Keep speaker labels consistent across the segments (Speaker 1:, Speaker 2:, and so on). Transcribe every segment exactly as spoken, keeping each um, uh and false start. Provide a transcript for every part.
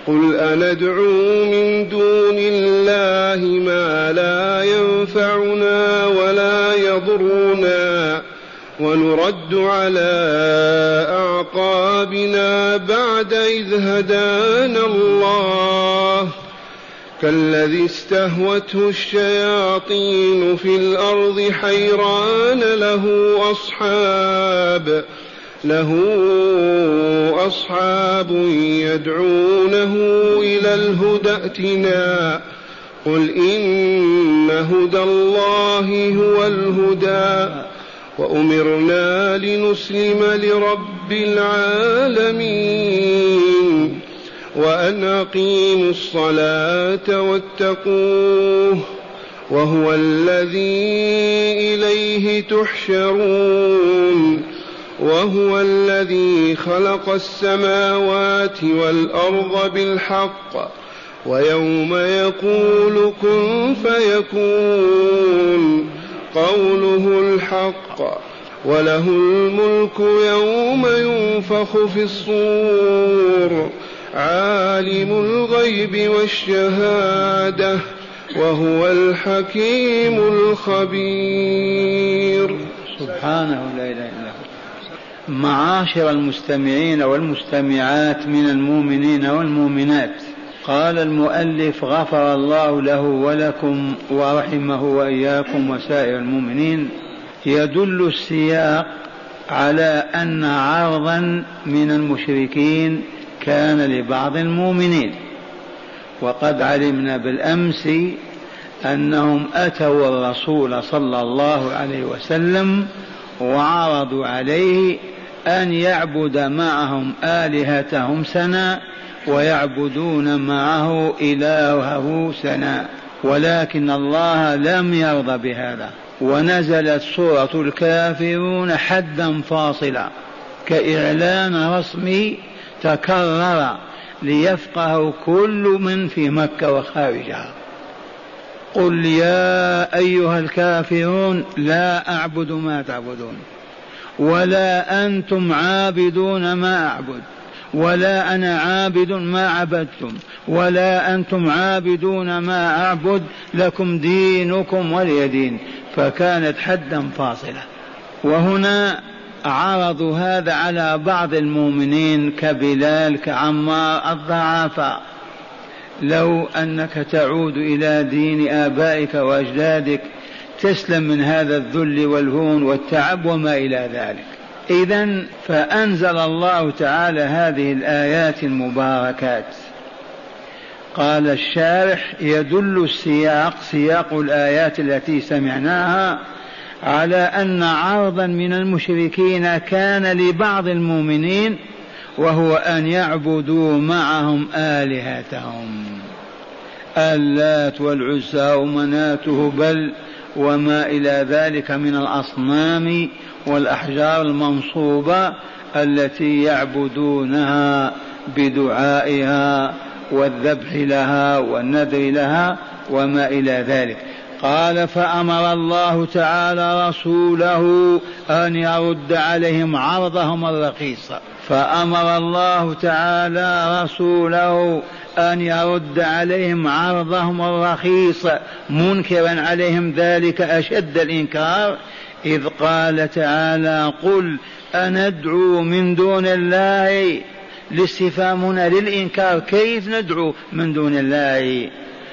Speaker 1: قل أندعو من دون الله ما لا ينفعنا ولا يضرنا ونرد على أعقابنا بعد إذ هدانا الله كالذي استهوته الشياطين في الأرض حيران له أصحاب له أصحاب يدعونه إلى الهدى ائتنا قل إن هدى الله هو الهدى وأمرنا لنسلم لرب العالمين وأن أقيموا الصلاة واتقوه وهو الذي إليه تحشرون وهو الذي خلق السماوات والأرض بالحق ويوم يقول كن فيكون قوله الحق وله الملك يوم ينفخ في الصور عالم الغيب والشهادة وهو الحكيم الخبير.
Speaker 2: سبحانه لا إله إلا هو. معاشر المستمعين والمستمعات من المؤمنين والمؤمنات، قال المؤلف غفر الله له ولكم ورحمه وإياكم وسائر المؤمنين: يدل السياق على أن عرضا من المشركين كان لبعض المؤمنين، وقد علمنا بالأمس أنهم أتوا الرسول صلى الله عليه وسلم وعرضوا عليه أن يعبد معهم آلهتهم سنة ويعبدون معه إلهه سنة، ولكن الله لم يرضى بهذا، ونزلت سورة الكافرون حدا فاصلا كإعلان رسمي تكرر ليفقه كل من في مكة وخارجها: قل يا أيها الكافرون لا أعبد ما تعبدون ولا أنتم عابدون ما أعبد ولا أنا عابد ما عبدتم ولا أنتم عابدون ما أعبد لكم دينكم ولي دين. فكانت حدا فاصلة. وهنا عرضوا هذا على بعض المؤمنين كبلال كعمار الضعفاء: لو أنك تعود إلى دين آبائك وأجدادك تسلم من هذا الذل والهون والتعب وما إلى ذلك. إذن فأنزل الله تعالى هذه الآيات المباركات. قال الشارح: يدل السياق، سياق الآيات التي سمعناها، على أن عرضا من المشركين كان لبعض المؤمنين، وهو أن يعبدوا معهم آلهتهم، اللات والعزى ومناته بل وما إلى ذلك من الأصنام والأحجار المنصوبة التي يعبدونها بدعائها والذبح لها والنذر لها وما إلى ذلك. قال: فأمر الله تعالى رسوله أن يرد عليهم عرضهم الرخيص. فأمر الله تعالى رسوله أن يرد عليهم عرضهم الرخيص، منكرا عليهم ذلك أشد الإنكار، إذ قال تعالى: قل أندعو من دون الله. لاستفهامنا للإنكار: كيف ندعو من دون الله؟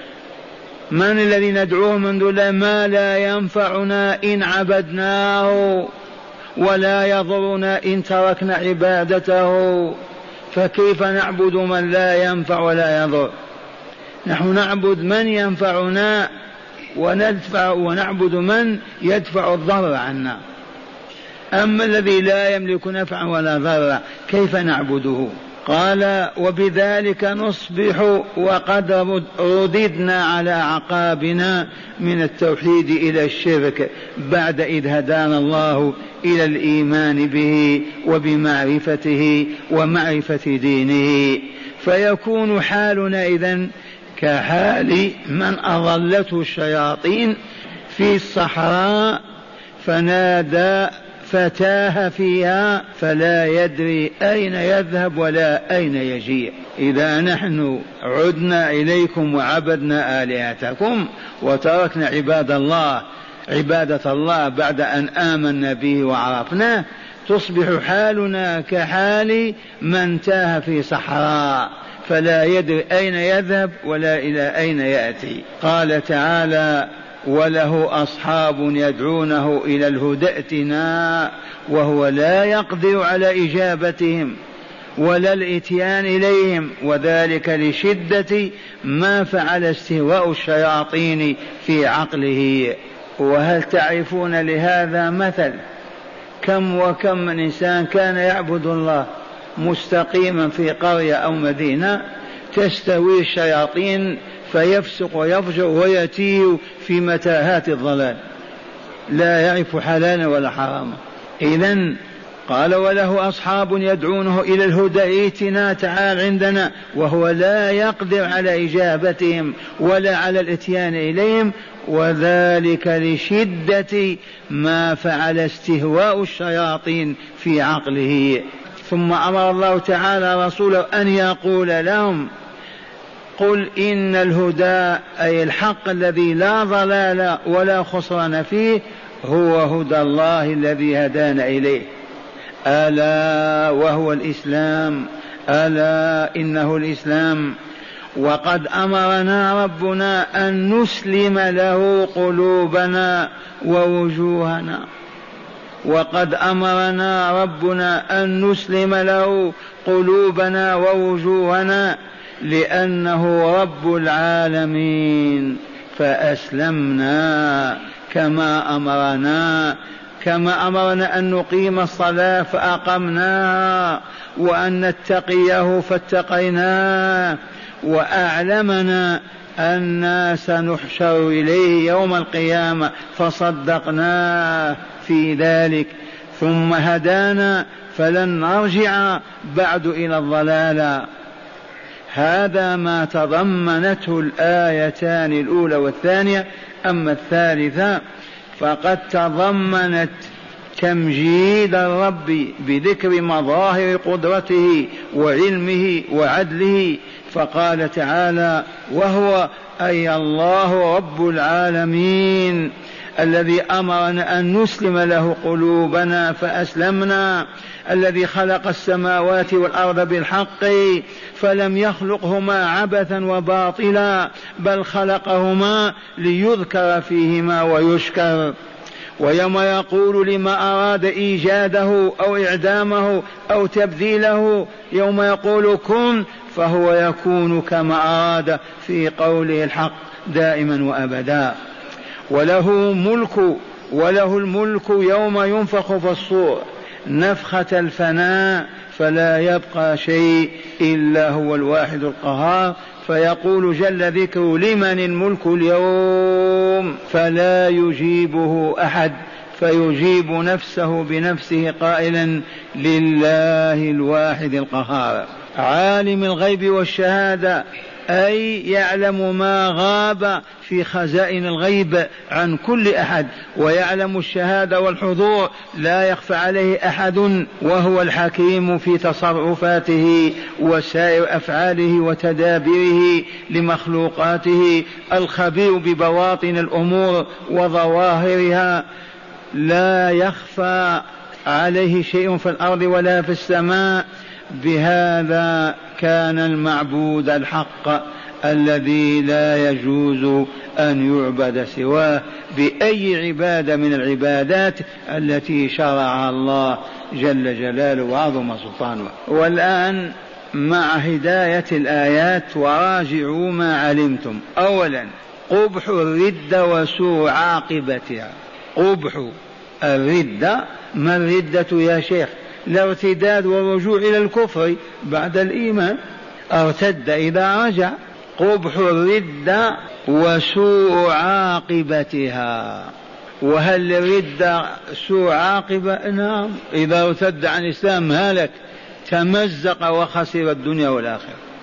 Speaker 2: من الذي ندعوه من دون الله؟ ما لا ينفعنا إن عبدناه ولا يضرنا إن تركنا عبادته، فكيف نعبد من لا ينفع ولا يضر؟ نحن نعبد من ينفعنا وندفع ونعبد من يدفع الضر عنا. أما الذي لا يملك نفعا ولا ضرا كيف نعبده؟ قال: وبذلك نصبح وقد رددنا على عقابنا من التوحيد إلى الشرك بعد إذ هدانا الله إلى الإيمان به وبمعرفته ومعرفة دينه. فيكون حالنا إذن كحال من أضلته الشياطين في الصحراء فنادى فتاه فيها فلا يدري أين يذهب ولا أين يجيء. إذا نحن عدنا إليكم وعبدنا آلهتكم وتركنا عباد الله عبادة الله بعد أن آمنا به وعرفناه، تصبح حالنا كحال من تاه في صحراء فلا يدري أين يذهب ولا إلى أين يأتي. قال تعالى: وله أصحاب يدعونه إلى الهدى ائتنا، وهو لا يقدر على إجابتهم ولا الإتيان إليهم، وذلك لشدة ما فعل استهواء الشياطين في عقله. وهل تعرفون لهذا مثل؟ كم وكم من إنسان كان يعبد الله مستقيما في قرية أو مدينة، تستوي الشياطين فيفسق ويفجر ويتيه في متاهات الضلال، لا يعرف حلالا ولا حراما. إذن قال: وله أصحاب يدعونه إلى الهدى ائتنا، تعال عندنا، وهو لا يقدر على إجابتهم ولا على الاتيان إليهم، وذلك لشدة ما فعل استهواء الشياطين في عقله. ثم أمر الله تعالى رسوله أن يقول لهم: قل إن الهدى أي الحق الذي لا ضلال ولا خسران فيه هو هدى الله الذي هدانا إليه، ألا وهو الإسلام، ألا إنه الإسلام. وقد أمرنا ربنا أن نسلم له قلوبنا ووجوهنا، وقد أمرنا ربنا أن نسلم له قلوبنا ووجوهنا لأنه رب العالمين، فأسلمنا كما أمرنا كما أمرنا أن نقيم الصلاة فأقمناها، وأن نتقيه فاتقيناه، وأعلمنا أننا سنحشر إليه يوم القيامة فصدقناه في ذلك، ثم هدانا فلن نرجع بعد إلى الضلال. هذا ما تضمنته الآيتان الأولى والثانية. أما الثالثة فقد تضمنت تمجيد الرب بذكر مظاهر قدرته وعلمه وعدله، فقال تعالى: وهو أي الله رب العالمين الذي أمرنا أن نسلم له قلوبنا فأسلمنا، الذي خلق السماوات والأرض بالحق فلم يخلقهما عبثا وباطلا، بل خلقهما ليذكر فيهما ويشكر. ويوم يقول لما أراد إيجاده أو إعدامه أو تبذيله، يوم يقول كن فهو يكون كما أراد في قوله الحق دائما وأبدا. وله ملك وله الملك يوم ينفخ في الصور نفخة الفناء فلا يبقى شيء إلا هو الواحد القهار، فيقول جل ذكره: لمن الملك اليوم؟ فلا يجيبه أحد، فيجيب نفسه بنفسه قائلا: لله الواحد القهار. عالم الغيب والشهادة، أي يعلم ما غاب في خزائن الغيب عن كل أحد، ويعلم الشهادة والحضور، لا يخفى عليه أحد، وهو الحكيم في تصرفاته وسائر أفعاله وتدابيره لمخلوقاته، الخبير ببواطن الأمور وظواهرها، لا يخفى عليه شيء في الأرض ولا في السماء. بهذا كان المعبود الحق الذي لا يجوز أن يعبد سواه بأي عبادة من العبادات التي شرعها الله جل جلاله وعظم سلطانه. والآن مع هداية الآيات وراجعوا ما علمتم. أولا، قبح الردة وسوء عاقبتها. قبح الردة، ما الردة يا شيخ؟ الارتداد والرجوع إلى الكفر بعد الإيمان، ارتد إذا رجع. قبح الردة وسوء عاقبتها. وهل الردة سوء عاقبة؟ نعم، إذا ارتد عن الإسلام هلك، تمزق وخسر الدنيا والآخرة.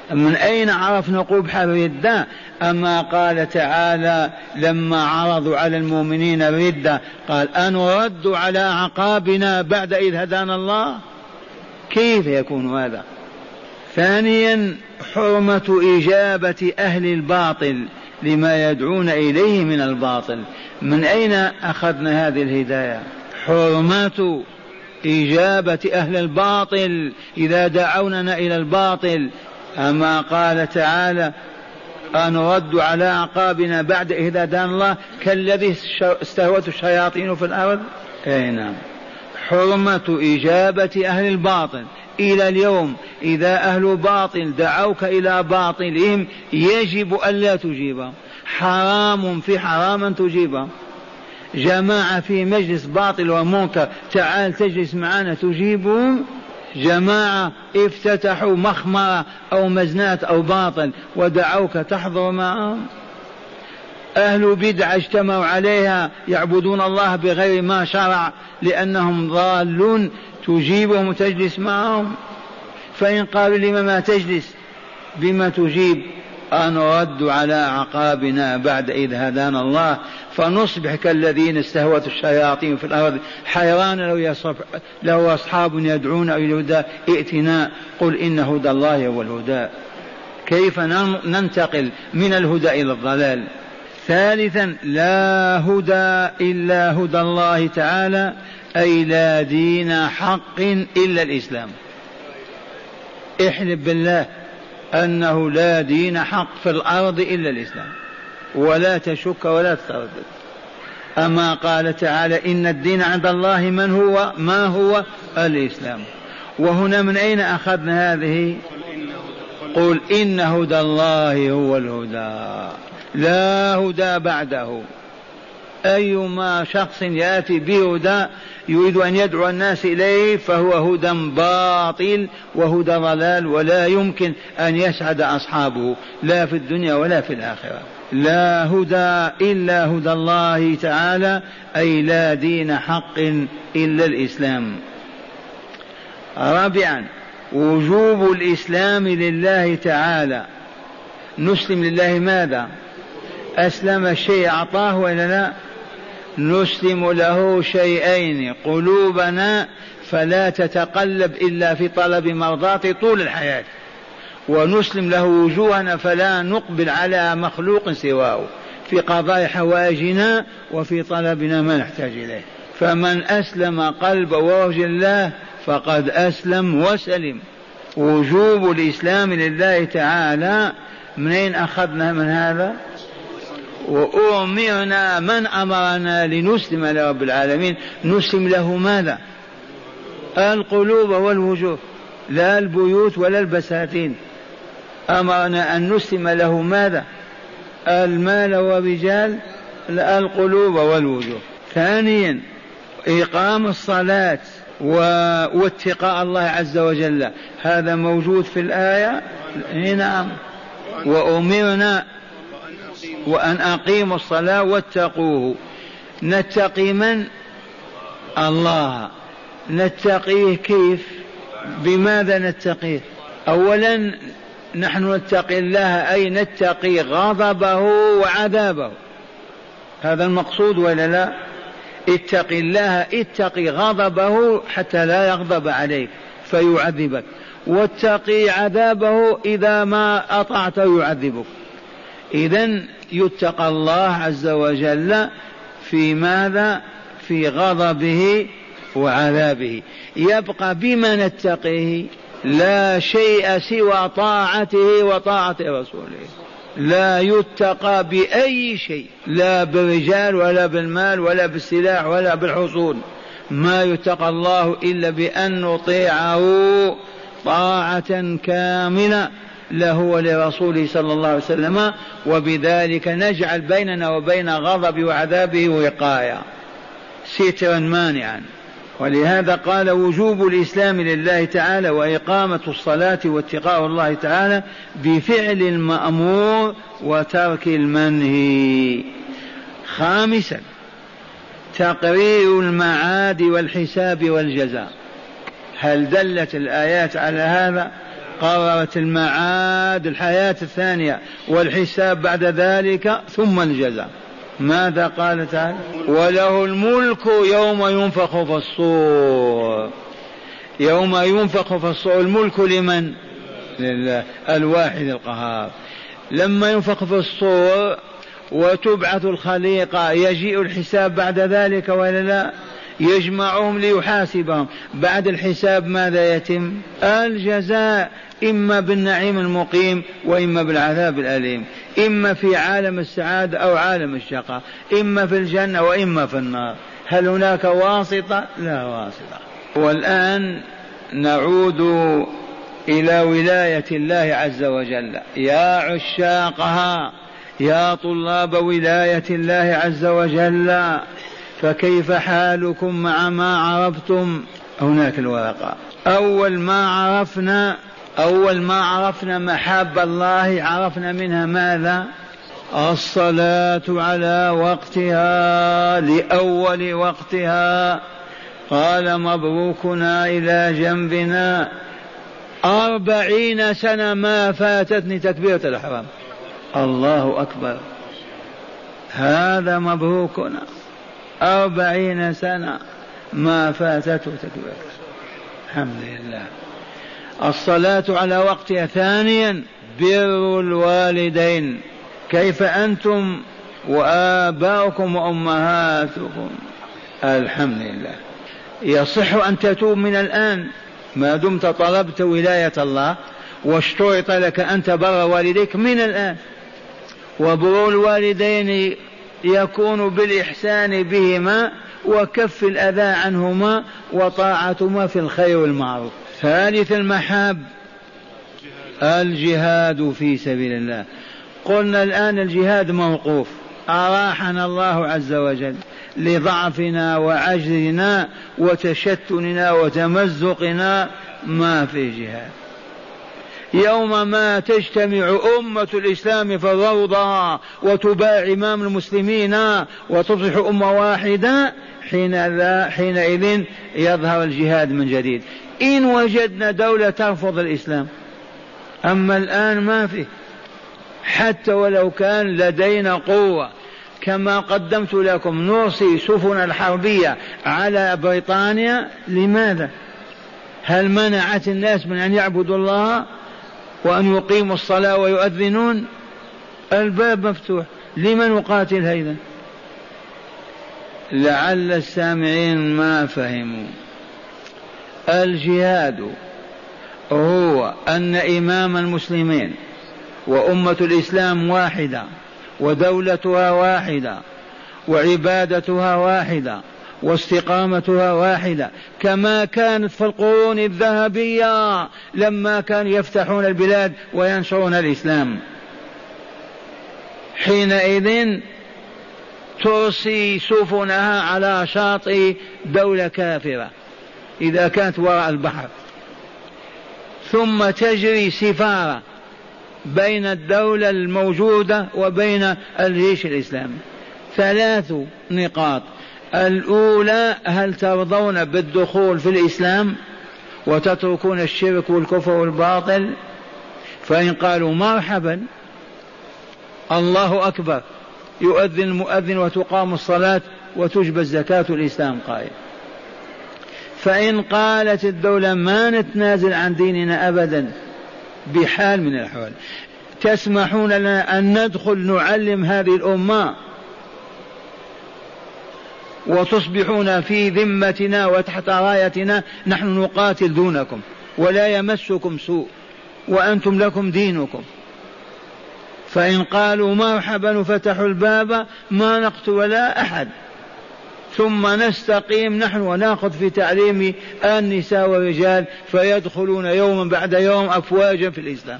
Speaker 2: من أين عرفنا قبح الردة؟ أما قال تعالى لما عرضوا على المؤمنين الردة قال أنرد على أعقابنا بعد إذ هدانا الله؟ كيف يكون هذا؟ ثانيا حرمة إجابة أهل الباطل لما يدعون إليه من الباطل. من أين أخذنا هذه الهداية؟ حرمة إجابة أهل الباطل إذا دعوننا إلى الباطل. أما قال تعالى أنرد على أعقابنا بعد إذ هدانا الله كالذي استهوته الشياطين في الأرض. أي نعم، حرمة إجابة أهل الباطل. إلى اليوم إذا أهل باطل دعوك إلى باطلهم يجب ألا تجيبهم، حرام في حراما تجيبهم. جماعة في مجلس باطل ومنكر تعال تجلس معنا تجيبهم. جماعة افتتحوا مخمرة أو مزنات أو باطل ودعوك تحضر معهم. أهل بدع اجتمعوا عليها يعبدون الله بغير ما شرع لأنهم ضالون تجيبهم وتجلس معهم. فإن قالوا لما ما تجلس بما تجيب؟ أنرد على أعقابنا بعد إذ هدانا الله فنصبح كالذين استهوت الشياطين في الأرض حيران لو, لو أصحاب يدعون إلى الهدى ائتنا قل إن هدى الله هو الهدى. كيف ننتقل من الهدى إلى الضلال؟ ثالثا لا هدى إلا هدى الله تعالى أي لا دين حق إلا الإسلام. احلف بالله أنه لا دين حق في الأرض إلا الإسلام ولا تشك ولا تتردد. أما قال تعالى إن الدين عند الله من هو ما هو الإسلام. وهنا من أين أخذنا هذه؟ قل إن هدى الله هو الهدى لا هدى بعده. أيما شخص يأتي بهدى يريد أن يدعو الناس إليه فهو هدى باطل وهدى ضلال ولا يمكن أن يسعد أصحابه لا في الدنيا ولا في الآخرة. لا هدى إلا هدى الله تعالى أي لا دين حق إلا الإسلام. رابعا وجوب الإسلام لله تعالى. نسلم لله ماذا؟ أسلم الشيء أعطاه ولا لا؟ نسلم له شيئين: قلوبنا فلا تتقلب إلا في طلب مرضاته طول الحياة، ونسلم له وجوهنا فلا نقبل على مخلوق سواه في قضاء حوائجنا وفي طلبنا ما نحتاج إليه. فمن أسلم قلب ووجه الله فقد أسلم وسلم. وجوب الإسلام لله تعالى منين أخذنا من هذا؟ وأمرنا من أمرنا لنسلم لرب العالمين نسلم له ماذا؟ القلوب والوجوه، لا البيوت ولا البساتين. أمرنا أن نسلم له ماذا؟ المال والرجال، لا القلوب والوجوه. ثانيا إقام الصلاة واتقاء الله عز وجل، هذا موجود في الآية. نعم. وأمرنا وأن أقيموا الصلاة واتقوه. نتقي من؟ الله. نتقيه كيف؟ بماذا نتقيه؟ أولا نحن نتقي الله أي نتقي غضبه وعذابه، هذا المقصود ولا لا؟ اتق الله، اتقي غضبه حتى لا يغضب عليك فيعذبك، واتقي عذابه إذا ما أطعته يعذبك. إذن يتقى الله عز وجل في ماذا؟ في غضبه وعذابه. يبقى بما نتقيه؟ لا شيء سوى طاعته وطاعة رسوله. لا يتقى بأي شيء، لا بالرجال ولا بالمال ولا بالسلاح ولا بالحصول. ما يتقى الله إلا بأن نطيعه طاعة كاملة له ولرسوله صلى الله عليه وسلم، وبذلك نجعل بيننا وبين غضب وعذابه وقاية، سترا مانعا. ولهذا قال وجوب الإسلام لله تعالى وإقامة الصلاة واتقاء الله تعالى بفعل المأمور وترك المنهي. خامسا تقرير المعاد والحساب والجزاء. هل دلت الآيات على هذا؟ قررت المعاد الحياة الثانية والحساب بعد ذلك ثم الجزاء. ماذا قال تعالى؟ وله الملك يوم ينفخ في الصور. يوم ينفخ في الصور الملك لمن؟ لله الواحد القهار. لما ينفخ في الصور وتبعث الخليقة يجيء الحساب بعد ذلك ولا لا؟ يجمعهم ليحاسبهم. بعد الحساب ماذا يتم؟ الجزاء، إما بالنعيم المقيم وإما بالعذاب الأليم، إما في عالم السعادة أو عالم الشقاء، إما في الجنة وإما في النار. هل هناك واسطة؟ لا واسطة. والآن نعود إلى ولاية الله عز وجل. يا عشاقها، يا طلاب ولاية الله عز وجل، فكيف حالكم مع ما عرفتم؟ هناك الورقة. أول ما عرفنا أول ما عرفنا محاب الله عرفنا منها ماذا؟ الصلاة على وقتها لأول وقتها. قال مبروكنا إلى جنبنا أربعين سنة ما فاتتني تكبيرة الإحرام. الله أكبر، هذا مبروكنا، أربعين سنة ما فاتته تكبيرة. الحمد لله. الصلاة على وقتها. ثانيا بر الوالدين. كيف أنتم وآباؤكم وأمهاتكم؟ الحمد لله. يصح أن تتوب من الآن ما دمت طلبت ولاية الله واشترط لك أن تبر والديك من الآن. وبر الوالدين يكون بالإحسان بهما وكف الأذى عنهما وطاعتهما في الخير والمعروف. ثالث المحاب الجهاد في سبيل الله. قلنا الآن الجهاد موقوف، أراحنا الله عز وجل لضعفنا وعجزنا وتشتتنا وتمزقنا، ما في جهاد. يوم ما تجتمع أمة الإسلام في الروضة وتبايع إمام المسلمين وتصبح أمة واحدة، حينئذ يظهر الجهاد من جديد، إن وجدنا دولة ترفض الإسلام. أما الآن ما فيه، حتى ولو كان لدينا قوة. كما قدمت لكم نرسي سفن الحربية على بريطانيا، لماذا؟ هل منعت الناس من أن يعبدوا الله وأن يقيموا الصلاة ويؤذنون؟ الباب مفتوح، لمن نقاتل هيدا؟ لعل السامعين ما فهموا. الجهاد هو أن إمام المسلمين وأمة الإسلام واحدة ودولتها واحدة وعبادتها واحدة واستقامتها واحدة، كما كانت في القرون الذهبية لما كانوا يفتحون البلاد وينشرون الإسلام. حينئذ ترسي سفنها على شاطئ دولة كافرة إذا كانت وراء البحر، ثم تجري سفارة بين الدولة الموجودة وبين الجيش الإسلامي. ثلاث نقاط. الأولى، هل ترضون بالدخول في الإسلام وتتركون الشرك والكفر والباطل؟ فإن قالوا مرحبا، الله أكبر، يؤذن المؤذن وتقام الصلاة وتجبى الزكاة، الإسلام قائم. فإن قالت الدولة ما نتنازل عن ديننا أبدا بحال من الأحوال، تسمحون لنا أن ندخل نعلم هذه الأمة وتصبحون في ذمتنا وتحت رايتنا، نحن نقاتل دونكم ولا يمسكم سوء وأنتم لكم دينكم. فإن قالوا مرحبا فتحوا الباب ما نقتل ولا أحد، ثم نستقيم نحن ونأخذ في تعليم النساء والرجال فيدخلون يوما بعد يوم أفواجا في الإسلام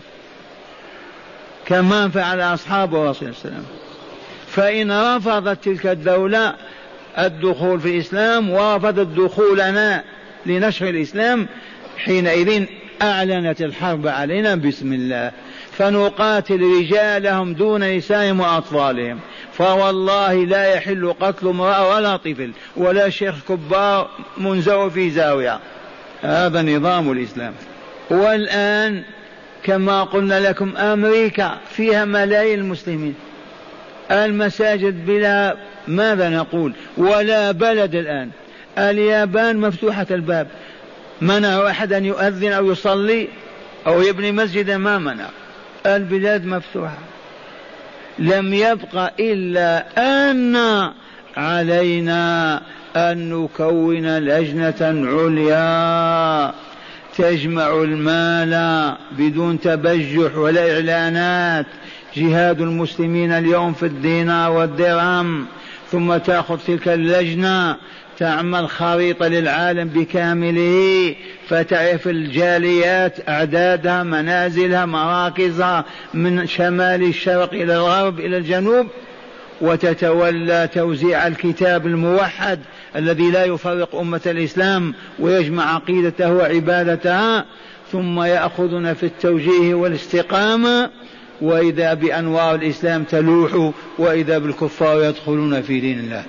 Speaker 2: كما فعل أصحاب رسول الله صلى الله عليه وسلم. فإن رفضت تلك الدولة الدخول في الإسلام ورفضت دخولنا لنشر الإسلام، حينئذ أعلنت الحرب علينا بسم الله، فنقاتل رجالهم دون نسائهم وأطفالهم. فوالله لا يحل قتل امرأة ولا طفل ولا شيخ كبار منزوي في زاوية. هذا نظام الإسلام. والآن كما قلنا لكم أمريكا فيها ملايين المسلمين، المساجد بلا ماذا نقول ولا بلد الآن. اليابان مفتوحة الباب، منع أحد أن يؤذن أو يصلي أو يبني مسجدا، ما منع، البلاد مفتوحة. لم يبق إلا أن علينا أن نكون لجنة عليا تجمع المال بدون تبجح ولا إعلانات، جهاد المسلمين اليوم في الدينار والدرهم، ثم تأخذ تلك اللجنة تعمل خريطة للعالم بكامله، فتعرف الجاليات أعدادها، منازلها، مراكزها، من شمال الشرق إلى الغرب إلى الجنوب، وتتولى توزيع الكتاب الموحد الذي لا يفرق أمة الإسلام ويجمع عقيدته وعبادتها، ثم يأخذنا في التوجيه والاستقامة، وإذا بأنوار الإسلام تلوح وإذا بالكفار يدخلون في دين الله.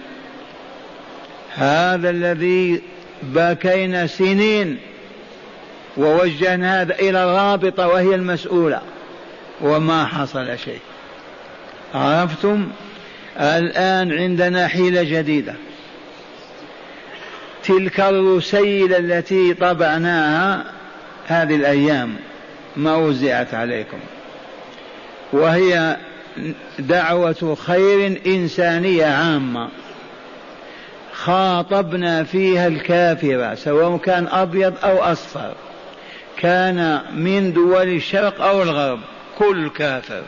Speaker 2: هذا الذي بكينا سنين ووجهنا هذا إلى الرابطة وهي المسؤولة وما حصل شيء. عرفتم؟ الآن عندنا حيلة جديدة، تلك الرسيلة التي طبعناها هذه الأيام ما وزعت عليكم، وهي دعوة خير إنسانية عامة، خاطبنا فيها الكافر سواء كان أبيض أو أصفر، كان من دول الشرق أو الغرب، كل كافر.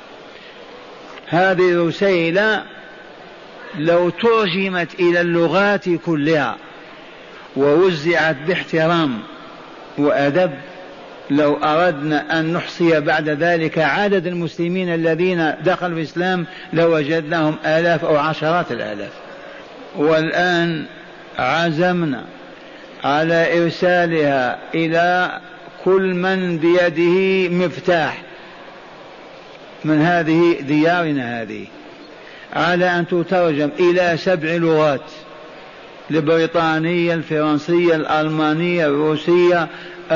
Speaker 2: هذه الرسالة لو ترجمت إلى اللغات كلها ووزعت باحترام وأدب، لو أردنا أن نحصي بعد ذلك عدد المسلمين الذين دخلوا الإسلام لوجدناهم آلاف أو عشرات الآلاف. والآن عزمنا على إرسالها إلى كل من بيده مفتاح من هذه ديارنا هذه، على أن تترجم إلى سبع لغات: البريطانية، الفرنسية، الألمانية، الروسية،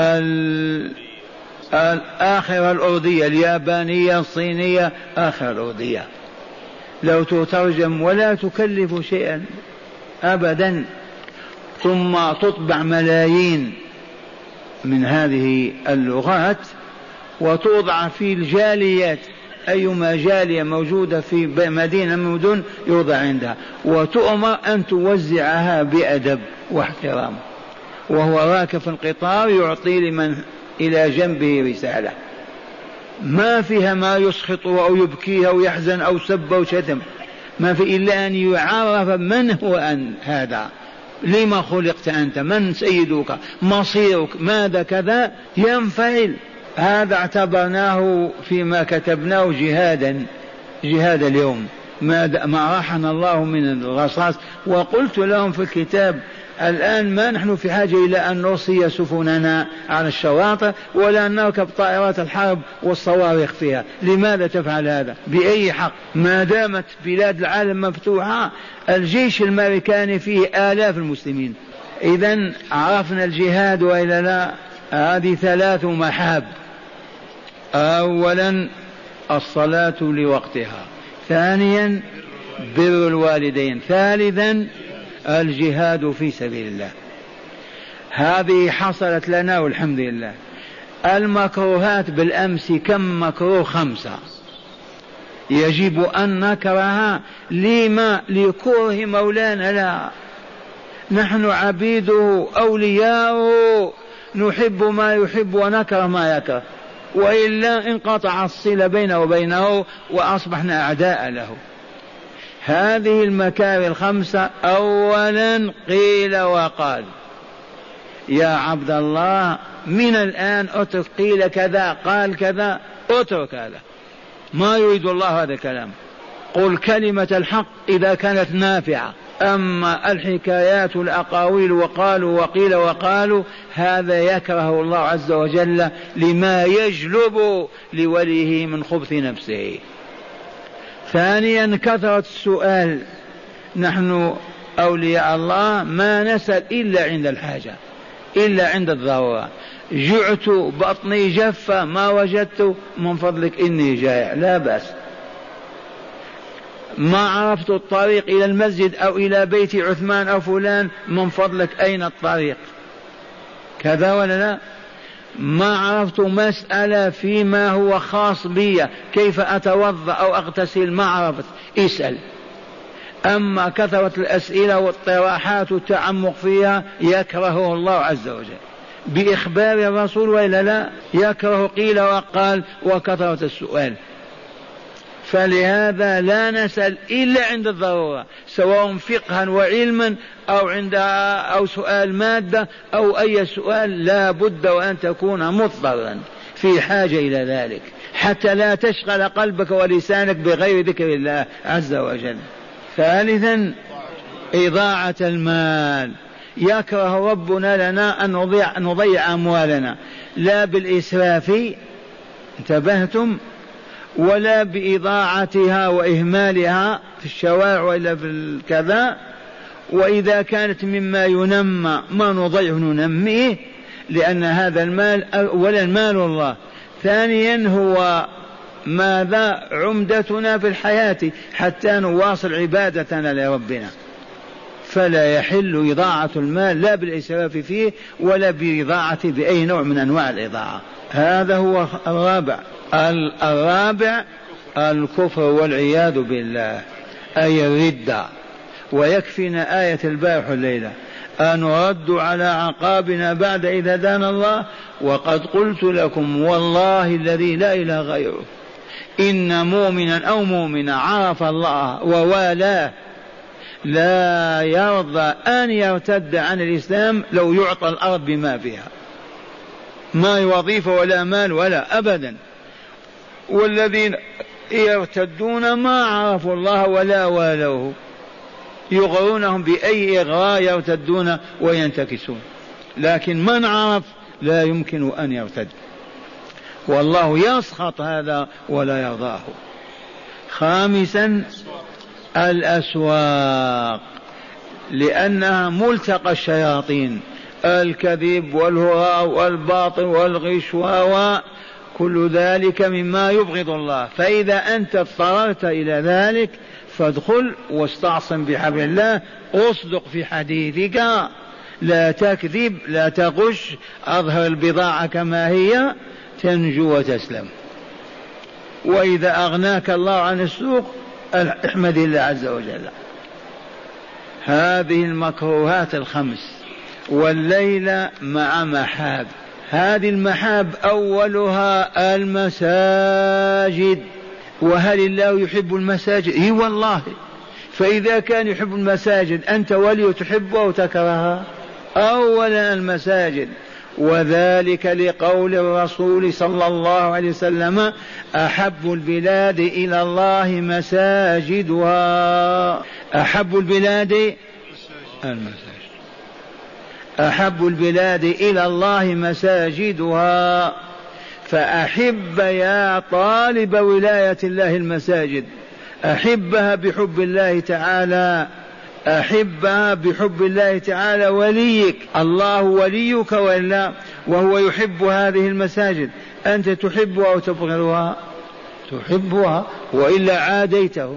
Speaker 2: الآخرة الأردية، اليابانية، الصينية، آخر الأردية. لو تترجم ولا تكلف شيئا أبدا، ثم تطبع ملايين من هذه اللغات وتوضع في الجاليات، أيما جالية موجودة في مدينة من المدن يوضع عندها، وتؤمر أن توزعها بأدب واحترام، وهو راكب في القطار يعطي لمن إلى جنبه رسالة ما فيها ما يسخطه أو يبكيه أو يحزن أو سب أو شتم، ما في إلا أن يعرف من هو أن هذا، لما خلقت أنت، من سيدك، مصيرك، ماذا كذا، ينفعل. هذا اعتبرناه فيما كتبناه جهادا، جهاد اليوم، ما, ما رحنا الله من الرصاص. وقلت لهم في الكتاب الآن ما نحن في حاجة إلى أن نرسي سفننا على الشواطئ ولا أن نركب طائرات الحرب والصواريخ فيها. لماذا تفعل هذا؟ بأي حق؟ ما دامت بلاد العالم مفتوحة، الجيش الأمريكاني فيه آلاف المسلمين. إذن عرفنا الجهاد وإلا لا؟ هذه ثلاث محاب: أولا الصلاة لوقتها، ثانيا بر الوالدين، ثالثا الجهاد في سبيل الله. هذه حصلت لنا والحمد لله. المكروهات بالأمس كم مكروه؟ خمسة، يجب أن نكرهها. لما؟ لكره مولانا، لا، نحن عبيده أولياؤه، نحب ما يحب ونكره ما يكره، وإلا انقطع الصلة بينه وبينه وأصبحنا أعداء له. هذه المكاره الخمسة: أولا قيل وقال، يا عبد الله من الآن اترك قيل كذا قال كذا، اترك هذا، ما يريد الله هذا الكلام. قل كلمة الحق إذا كانت نافعة. أما الحكايات والأقاويل وقالوا وقيل وقالوا، هذا يكره الله عز وجل لما يجلب لوليه من خبث نفسه. ثانيا كثرة السؤال، نحن أولياء الله ما نسأل إلا عند الحاجة، إلا عند الضرورة. جعت بطني جفة ما وجدت، من فضلك إني جائع، لا بأس. ما عرفت الطريق إلى المسجد أو إلى بيت عثمان أو فلان، من فضلك أين الطريق؟ كذا ولا لا؟ ما عرفت مسألة فيما هو خاص بي، كيف أتوضأ أو أغتسل، ما عرفت، اسأل. أما كثرة الأسئلة والطراحات والتعمق فيها يكرهه الله عز وجل بإخبار الرسول، وإلا لا؟ يكره قيل وقال وكثرة السؤال. فلهذا لا نسأل إلا عند الضرورة، سواء فقها وعلما أو عند أو سؤال مادة أو أي سؤال، لا بد وأن تكون مضطرا في حاجة إلى ذلك، حتى لا تشغل قلبك ولسانك بغير ذكر الله عز وجل. ثالثا إضاعة المال. يكره ربنا لنا أن نضيع, أن نضيع أموالنا، لا بالإسراف، انتبهتم، ولا بإضاعتها وإهمالها في الشوارع وإلا في الكذا. وإذا كانت مما ينمى ما نضيع ننميه، لأن هذا المال أولا مال الله، ثانيا هو ماذا عمدتنا في الحياة حتى نواصل عبادتنا لربنا. فلا يحل إضاعة المال لا بالإسراف فيه ولا بإضاعة بأي نوع من أنواع الإضاعة. هذا هو الرابع. الرابع الكفر والعياذ بالله، أي الردة. ويكفينا آية البارح الليلة: أن نرد على عقابنا بعد إذ هدانا الله وقد قلت لكم والله الذي لا إله غيره إن مؤمنا أو مؤمنا عرف الله ووالاه لا يرضى أن يرتد عن الإسلام لو يعطى الأرض بما فيها، ما وظيفة ولا مال ولا أبدا. والذين يرتدون ما عرفوا الله ولا والوه، يغرونهم بأي إغراء يرتدون وينتكسون، لكن من عرف لا يمكن أن يرتد، والله يسخط هذا ولا يرضاه. خامسا الأسواق، لأنها ملتقى الشياطين، الكذب والهراء والباطل والغش وكل ذلك مما يبغض الله. فإذا أنت اضطررت إلى ذلك فادخل واستعصم بحبل الله، اصدق في حديثك، لا تكذب لا تغش، أظهر البضاعة كما هي تنجو وتسلم. وإذا أغناك الله عن السوق احمد الله عز وجل. هذه المكروهات الخمس. والليلة مع محاب. هذه المحاب أولها المساجد. وهل الله يحب المساجد؟ اي والله. فإذا كان يحب المساجد أنت ولي تحبها وتكرهها؟ أولا المساجد، وذلك لقول الرسول صلى الله عليه وسلم: أحب البلاد إلى الله مساجدها. أحب البلاد المساجد، أحب البلاد إلى الله مساجدها. فأحب يا طالب ولاية الله المساجد، أحبها بحب الله تعالى، أحبها بحب الله تعالى. وليك الله وليك وإلا وهو يحب هذه المساجد، أنت تحبها أو تبغضها؟ تحبها وإلا عاديته.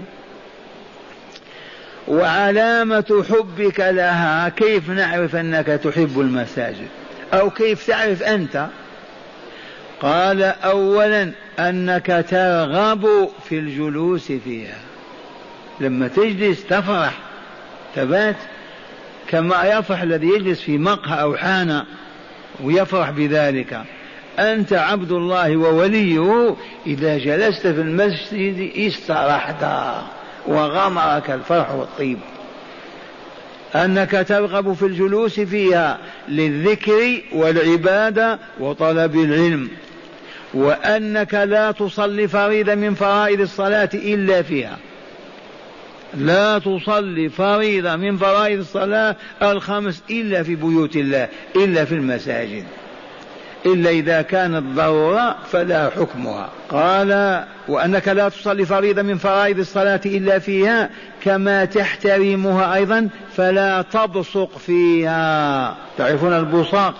Speaker 2: وعلامة حبك لها كيف نعرف أنك تحب المساجد أو كيف تعرف أنت؟ قال: أولا أنك ترغب في الجلوس فيها، لما تجلس تفرح تبات، كما يفرح الذي يجلس في مقهى أو حانة ويفرح بذلك. أنت عبد الله ووليه، إذا جلست في المسجد استرحت وغمرك الفرح والطيب. أنك ترغب في الجلوس فيها للذكر والعبادة وطلب العلم، وأنك لا تصلي فريضة من فرائض الصلاة إلا فيها، لا تصلي فريضة من فرائض الصلاة الخمس إلا في بيوت الله، إلا في المساجد. إلا إذا كانت ضرورة فلا حكمها. قال وأنك لا تصلي فريضة من فرائض الصلاة إلا فيها كما تحترمها أيضا فلا تبصق فيها. تعرفون البصاق؟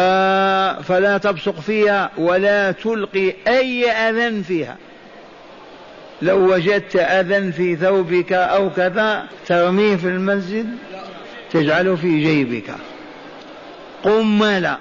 Speaker 2: فلا تبصق فيها ولا تلقي أي أذى فيها. لو وجدت أذى في ثوبك أو كذا ترميه في المسجد تجعله في جيبك. قملة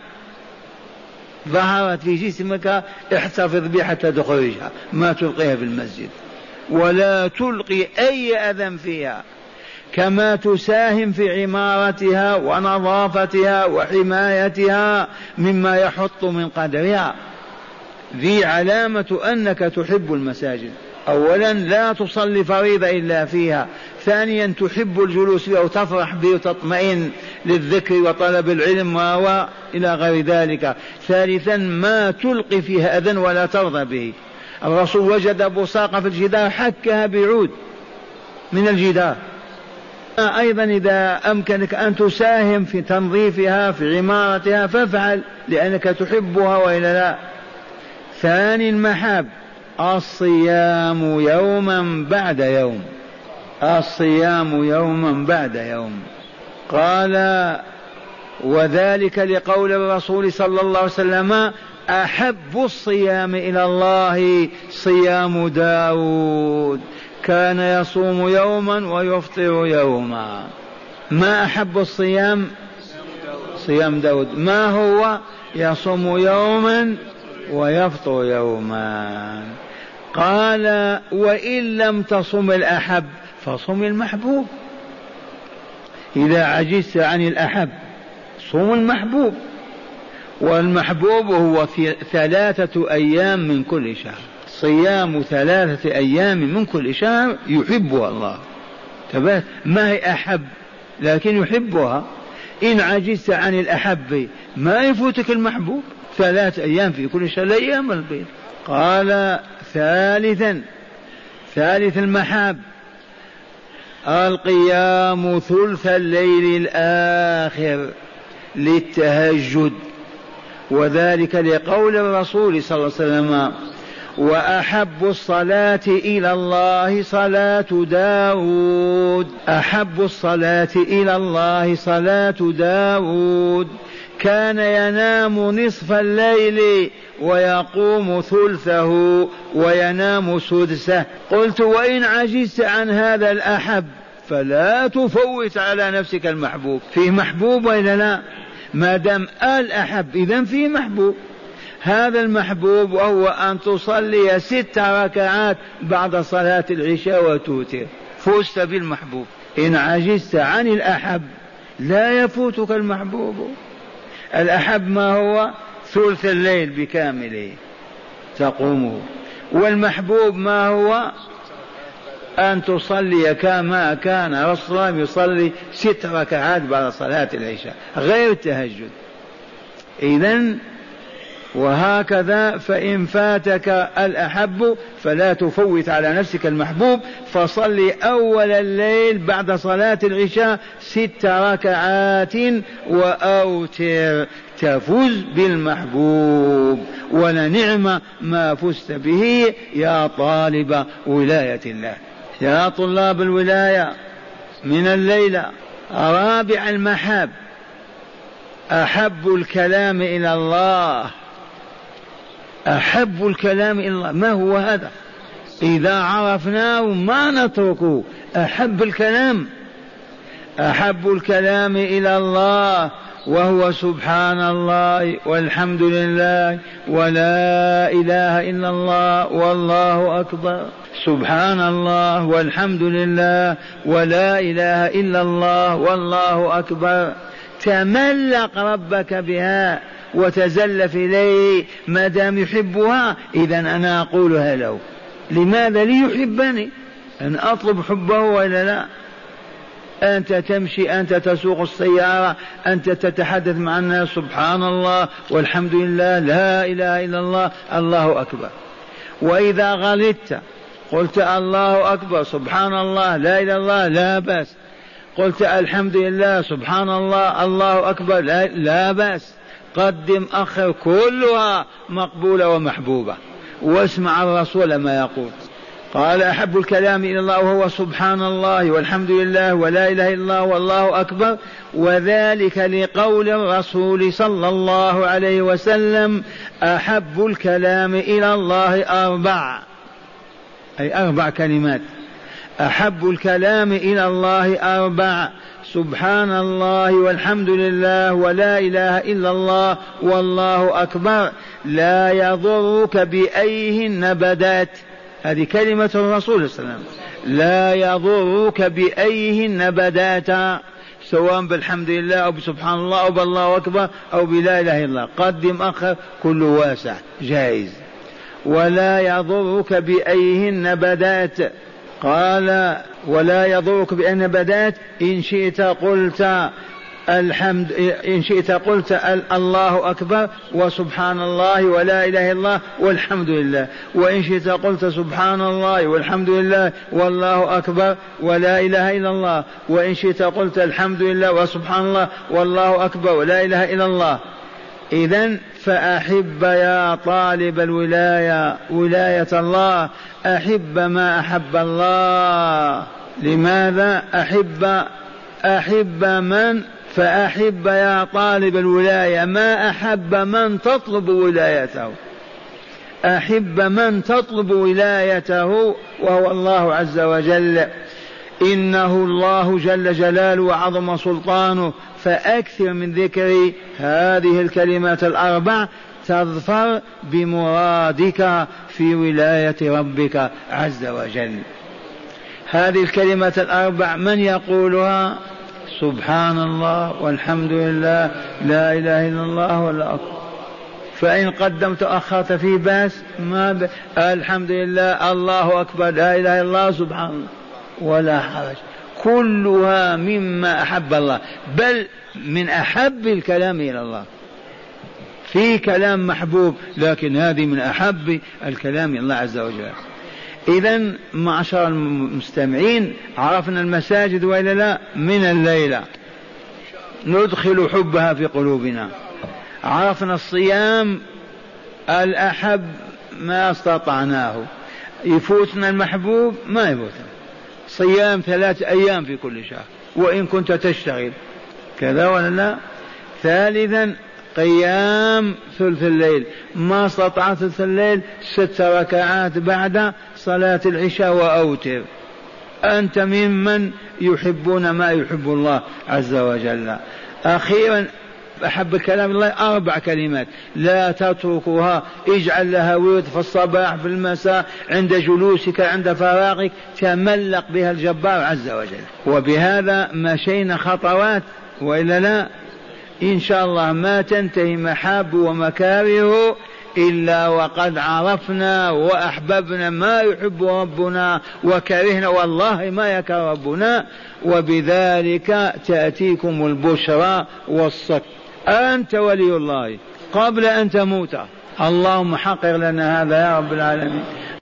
Speaker 2: ظهرت في جسمك احتفظ بها حتى تخرجها، ما تلقيها في المسجد ولا تلقي أي أذى فيها، كما تساهم في عمارتها ونظافتها وحمايتها مما يحط من قدرها. ذي علامة أنك تحب المساجد. أولا لا تصلي فريضة إلا فيها، ثانيا تحب الجلوس فيها وتفرح به وتطمئن للذكر وطلب العلم وإلى غير ذلك، ثالثا ما تلقي فيها أذى ولا ترضى به. الرسول وجد بصاقة في الجدار حكها بعود من الجدار. أيضا إذا أمكنك أن تساهم في تنظيفها في عمارتها فافعل لأنك تحبها وإلا لا. ثاني المحاب الصيام يوما بعد يوم، الصيام يوما بعد يوم. قال وذلك لقول الرسول صلى الله عليه وسلم أحب الصيام إلى الله صيام داود كان يصوم يوما ويفطر يوما. ما أحب الصيام؟ صيام داود. ما هو؟ يصوم يوما ويفطر يوما. قال وإن لم تصم الأحب فصم المحبوب. إذا عجزت عن الأحب صم المحبوب، والمحبوب هو في ثلاثة أيام من كل شهر. صيام ثلاثة أيام من كل شهر يحبها الله تبارك. ما هي أحب لكن يحبها. إن عجزت عن الأحب ما يفوتك المحبوب. ثلاثة أيام في كل شهر أيام البيت. قال ثالثا ثالث المحاب القيام ثلث الليل الآخر للتهجد، وذلك لقول الرسول صلى الله عليه وسلم وأحب الصلاة إلى الله صلاة داود. أحب الصلاة إلى الله صلاة داود كان ينام نصف الليل ويقوم ثلثه وينام سدسه. قلت وإن عجزت عن هذا الأحب فلا تفوت على نفسك المحبوب. فيه محبوب وإلا لا؟ ما دام الأحب إذن فيه محبوب. هذا المحبوب وهو أن تصلي ست ركعات بعد صلاة العشاء وتوتر، فزت بالمحبوب. إن عجزت عن الأحب لا يفوتك المحبوب. الأحب ما هو؟ ثلث الليل بكامله تقومه. والمحبوب ما هو؟ أن تصلي كما كان رسول الله يصلي ست ركعات بعد صلاة العشاء غير التهجد. إذن وهكذا فإن فاتك الأحب فلا تفوت على نفسك المحبوب، فصلي أول الليل بعد صلاة العشاء ست ركعات وأوتر تفوز بالمحبوب. ولنعم ما فزت به يا طالب ولاية الله. يا طلاب الولاية من الليلة رابع المحاب أحب الكلام إلى الله. أحب الكلام إلى الله ما هو هذا؟ إذا عرفناه ما نتركه. أحب الكلام أحب الكلام إلى الله وهو سبحان الله والحمد لله ولا إله إلا الله والله أكبر. سبحان الله والحمد لله ولا إله إلا الله والله أكبر. تملق ربك بها وتزلف إليه ما دام يحبها. إذن أنا أقولها له. لماذا؟ ليحبني. أن أطلب حبه ولا لا؟ أنت تمشي، أنت تسوق السيارة، أنت تتحدث مع الناس سبحان الله والحمد لله لا إله إلا الله الله أكبر. وإذا غلطت قلت الله أكبر سبحان الله لا إله إلا الله لا بأس، قلت الحمد لله سبحان الله الله أكبر لا, لا بأس. قدم أخر كلها مقبولة ومحبوبة. واسمع الرسول ما يقول. قال أحب الكلام إلى الله وهو سبحان الله والحمد لله ولا إله إلا الله والله أكبر، وذلك لقول الرسول صلى الله عليه وسلم أحب الكلام إلى الله أربع، أي أربع كلمات. أحب الكلام إلى الله أربع: سبحان الله والحمد لله ولا إله إلا الله والله أكبر، لا يضرك بأيهن بدات. هذه كلمة الرسول صلى الله عليه وسلم: لا يضرك بأيهن بدات، سواء بالحمد لله أو بسبحان الله أو بالله أكبر أو بلا إله إلا الله. قدم أخر كل واسع جائز. ولا يضرك بأيهن بدات. قال: ولا يضرك بأن بدات إن شئت قلت الحمد، إن شئت قلت الله أكبر وسبحان الله ولا إله إلا الله والحمد لله، وإن شئت قلت سبحان الله والحمد لله والله أكبر ولا إله إلا الله، وإن شئت قلت الحمد لله وسبحان الله والله أكبر ولا إله إلا الله. إذن فأحب يا طالب الولاية ولاية الله، أحب ما أحب الله. لماذا أحب؟ أحب من؟ فأحب يا طالب الولاية ما أحب من تطلب ولايته، أحب من تطلب ولايته وهو الله عز وجل. إنه الله جل جلاله وعظم سلطانه، فأكثر من ذكر هذه الكلمات الأربع تظفر بمرادك في ولاية ربك عز وجل. هذه الكلمات الأربع من يقولها؟ سبحان الله والحمد لله لا إله إلا الله ولا أكبر. فإن قدمت أخرت في باس ما ب... الحمد لله الله أكبر لا إله إلا الله سبحان الله ولا حرج، كلها مما أحب الله، بل من أحب الكلام إلى الله. في كلام محبوب لكن هذه من أحب الكلام إلى الله عز وجل. إذن معشر المستمعين عرفنا المساجد وإلا لا؟ من الليلة ندخل حبها في قلوبنا. عرفنا الصيام الأحب ما استطعناه، يفوتنا المحبوب ما يفوتنا. صيام ثلاث أيام في كل شهر وإن كنت تشتغل، كذا ولا لا؟ ثالثا قيام ثلث الليل، ما استطعت ثلث الليل ست ركعات بعد صلاة العشاء وأوتر. أنت ممن يحبون ما يحب الله عز وجل. أخيرا أحب كلام الله أربع كلمات لا تتركها، اجعل لها ورد في الصباح في المساء عند جلوسك عند فراغك، تملق بها الجبار عز وجل. وبهذا مشينا خطوات وإلا لا؟ إن شاء الله ما تنتهي محاب ومكاره إلا وقد عرفنا وأحببنا ما يحب ربنا وكرهنا والله ما يكره ربنا، وبذلك تأتيكم البشرى والصك. أنت ولي الله قبل أن تموت. اللهم حقق لنا هذا يا رب العالمين.